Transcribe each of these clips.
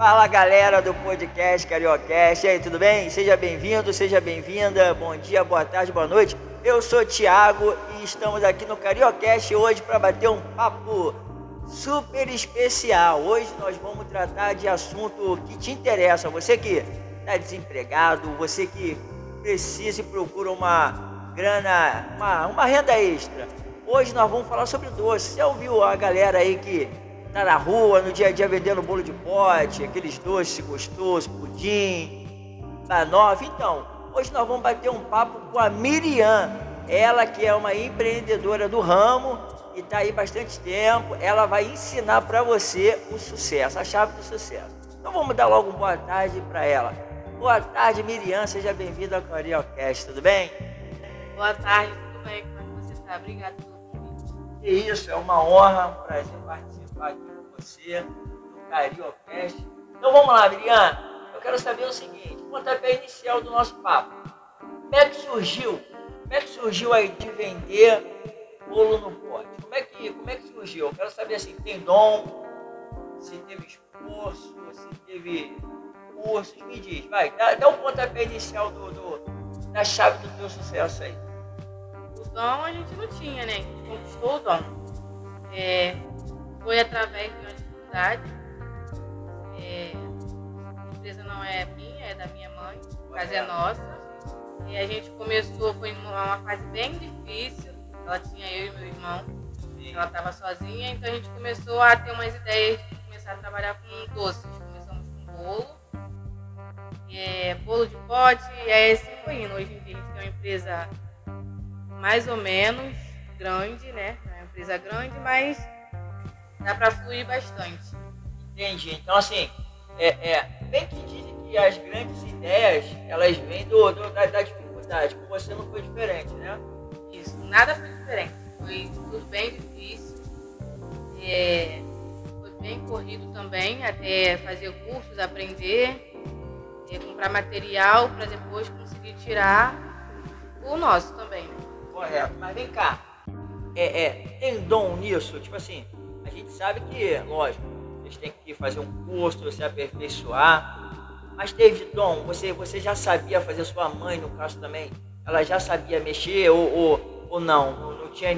Fala galera do podcast Cariocast, e aí, tudo bem? Seja bem-vindo, seja bem-vinda, bom dia, boa tarde, boa noite. Eu sou o Thiago e estamos aqui no Cariocast hoje para bater um papo super especial. Hoje nós vamos tratar de assunto que te interessa, você que está desempregado, você que precisa e procura uma grana, uma renda extra. Hoje nós vamos falar sobre doce. Já ouviu a galera aí que tá na rua, no dia a dia vendendo bolo de pote, aqueles doces gostosos, pudim, banoffee? Então, hoje nós vamos bater um papo com a Miriam, ela que é uma empreendedora do ramo e está aí bastante tempo. Ela vai ensinar para você o sucesso, a chave do sucesso. Então vamos dar logo uma boa tarde para ela. Boa tarde, Miriam, seja bem-vinda ao Cariocast, tudo bem? Boa tarde, tudo bem? Como é que você está? Obrigada pelo convite. É isso, é uma honra, um prazer participar aqui com você do Cariocast. Então vamos lá, Miriam, eu quero saber o seguinte, o pontapé inicial do nosso papo. Como é que surgiu aí de vender bolo no pote? Como é que surgiu? Eu quero saber assim, tem dom, se teve esforço, se teve cursos, me diz, vai, dá o pontapé inicial da chave do teu sucesso aí. O dom a gente não tinha, né? A gente conquistou o dom. Foi através de uma dificuldade. A empresa não é minha, é da minha mãe, a casa é nossa. E a gente começou, foi uma fase bem difícil. Ela tinha eu e meu irmão. Sim. Ela estava sozinha, então a gente começou a ter umas ideias de começar a trabalhar com doces. Começamos com bolo, bolo de pote, e aí assim foi indo. Hoje em dia a gente tem uma empresa mais ou menos grande, né? É uma empresa grande, mas dá para fluir bastante. Entendi. Então, assim, bem que dizem que as grandes ideias, elas vêm da dificuldade. Com você não foi diferente, né? Isso, nada foi diferente. Foi tudo bem difícil. Foi bem corrido também, até fazer cursos, aprender, comprar material para depois conseguir tirar o nosso também. Correto. Mas vem cá, tem dom nisso? Tipo assim, a gente sabe que, lógico, vocês têm que fazer um curso, se aperfeiçoar, mas teve dom? Você já sabia fazer, sua mãe, no caso também, ela já sabia mexer ou não? Não tinha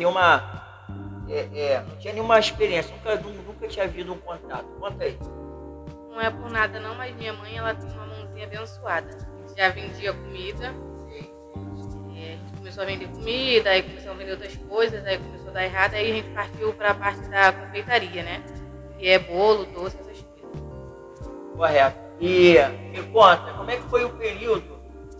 nenhuma experiência, nunca tinha havido um contato. Conta aí. Não é por nada não, mas minha mãe, ela tem uma mãozinha abençoada. A gente já vendia comida. A gente começou a vender comida, aí começou a vender outras coisas, aí começou a dar errado, aí a gente partiu para a parte da confeitaria, né? Que é bolo, doce, essas coisas. Correto. E me conta, como é que foi o período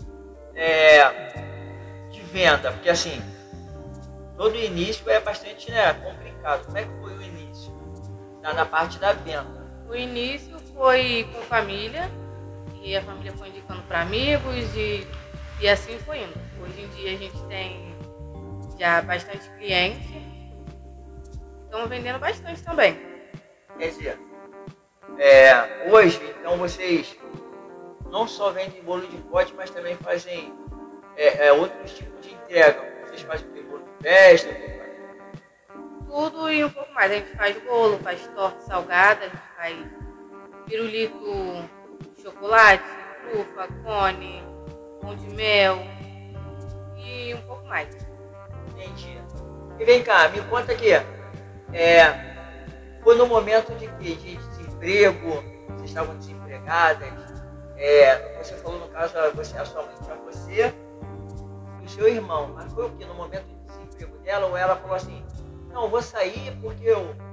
de venda? Porque assim, todo início é bastante, né, complicado. Como é que foi o início? Na parte da venda. O início foi com família, e a família foi indicando para amigos, e assim foi indo. Hoje em dia a gente tem já bastante cliente, estamos vendendo bastante também. Quer dizer, hoje, então vocês não só vendem bolo de pote, mas também fazem outros tipos de entrega. Vocês fazem bolo de festa? Tudo e um pouco mais. A gente faz bolo, faz torta salgada, a gente faz pirulito de chocolate, trufa, cone, pão de mel e um pouco mais. Entendi. E vem cá, me conta aqui, foi no momento de desemprego, vocês estavam desempregadas, você falou no caso, você, a sua mãe tinha você e o seu irmão, mas foi o que? No momento de desemprego dela, ou ela falou assim, não, eu vou sair porque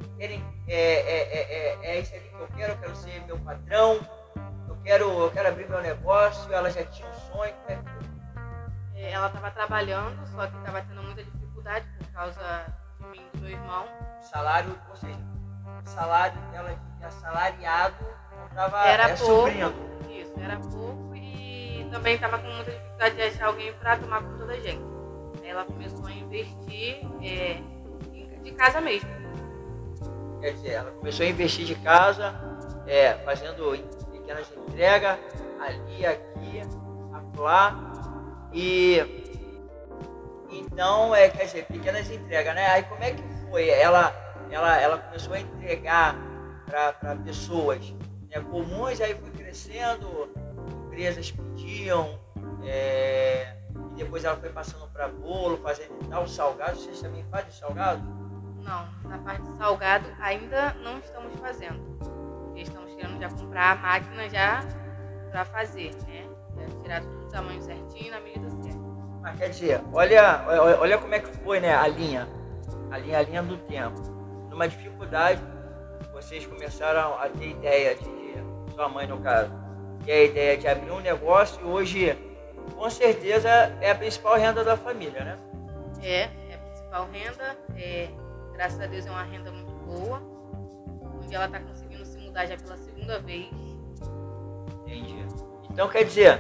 é isso ali que eu quero ser meu patrão, eu quero abrir meu negócio, ela já tinha um sonho, como é que foi? Ela estava trabalhando, só que estava tendo muita dificuldade por causa de mim e do meu irmão. Salário, ou seja, o salário dela de assalariado não estava pouco, suprindo. Isso, era pouco e também estava com muita dificuldade de achar alguém para tomar conta da gente. Aí ela começou a investir de casa mesmo. Quer dizer, ela começou a investir de casa, fazendo pequenas entregas, ali, aqui, acolá, e então, quer dizer, pequenas entregas, né? Aí como é que foi? Ela começou a entregar para pessoas comuns, aí foi crescendo, empresas pediam, e depois ela foi passando para bolo, fazendo tal salgado. Vocês também fazem salgado? Não, na parte de salgado ainda não estamos fazendo. Estamos querendo já comprar a máquina já para fazer, né? Já tirar tudo do tamanho certinho, na medida certa. Mas quer dizer, olha como é que foi, né, a linha do tempo. Numa dificuldade, vocês começaram a ter ideia sua mãe no caso, ter a ideia de abrir um negócio e hoje, com certeza, é a principal renda da família, né? É a principal renda, graças a Deus é uma renda muito boa, onde ela está conseguindo se mudar já pela segunda vez. Entendi. Então quer dizer,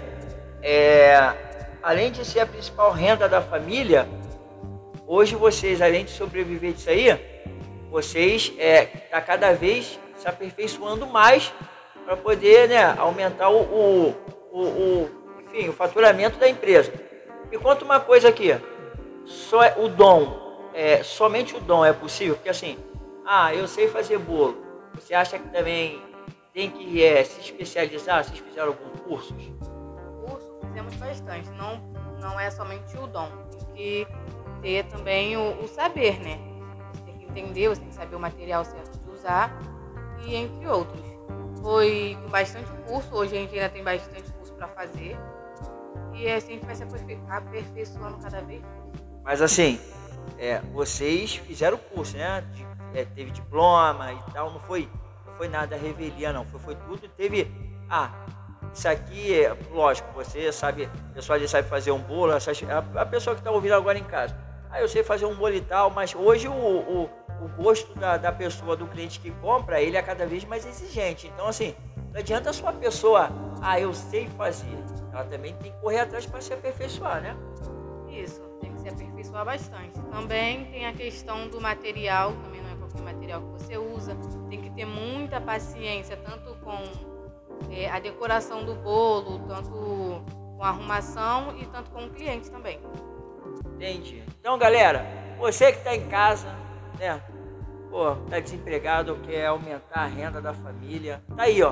além de ser a principal renda da família, hoje vocês, além de sobreviver disso aí, vocês tá cada vez se aperfeiçoando mais para poder, né, aumentar enfim, o faturamento da empresa. Me conta uma coisa aqui, o dom, somente o dom é possível? Porque assim, eu sei fazer bolo, você acha que também tem que se especializar? Vocês fizeram alguns cursos? Curso fizemos bastante, não é somente o dom, tem que ter também o saber, né? Você tem que entender, você tem que saber o material certo de usar e entre outros. Foi com bastante curso, hoje a gente ainda tem bastante curso para fazer e assim a gente vai se aperfeiçoando cada vez mais. Mas assim, vocês fizeram curso, né? Teve diploma e tal, não foi nada revelia não, foi tudo, teve, isso aqui, lógico, você sabe, o pessoal ali sabe fazer um bolo, a pessoa que está ouvindo agora em casa, eu sei fazer um bolo e tal, mas hoje o gosto da pessoa, do cliente que compra, ele é cada vez mais exigente. Então assim, não adianta a sua pessoa, eu sei fazer, ela também tem que correr atrás para se aperfeiçoar, né? Isso, tem que se aperfeiçoar bastante. Também tem a questão do material, também não é qualquer material que você usa, tem que ter muita paciência, tanto com a decoração do bolo, tanto com a arrumação e tanto com o cliente também. Entendi. Então, galera, você que está em casa, né? Tá desempregado, quer aumentar a renda da família, tá aí,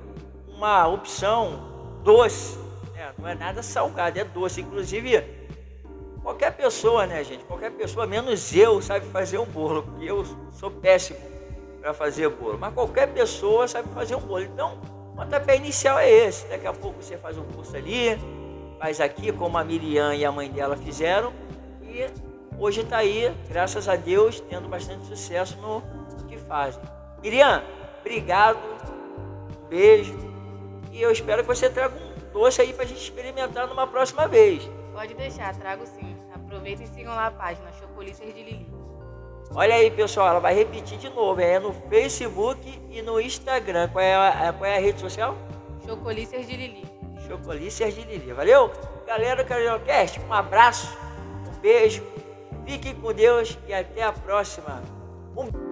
uma opção doce, né? Não é nada salgado, é doce. Inclusive, qualquer pessoa, né, gente? Qualquer pessoa, menos eu, sabe fazer um bolo, porque eu sou péssimo para fazer bolo. Mas qualquer pessoa sabe fazer um bolo. Então, o pontapé inicial é esse. Daqui a pouco você faz um curso ali, faz aqui, como a Miriam e a mãe dela fizeram. E hoje está aí, graças a Deus, tendo bastante sucesso no que fazem. Miriam, obrigado, um beijo. E eu espero que você traga um doce aí para a gente experimentar numa próxima vez. Pode deixar, trago sim. Aproveitem e sigam lá a página Chocolíceas de Lili. Olha aí, pessoal, ela vai repetir de novo. É no Facebook e no Instagram. Qual é a rede social? Chocolíceas de Lili. Chocolíceas de Lili. Valeu? Galera do CarioCast, um abraço, um beijo. Fiquem com Deus e até a próxima.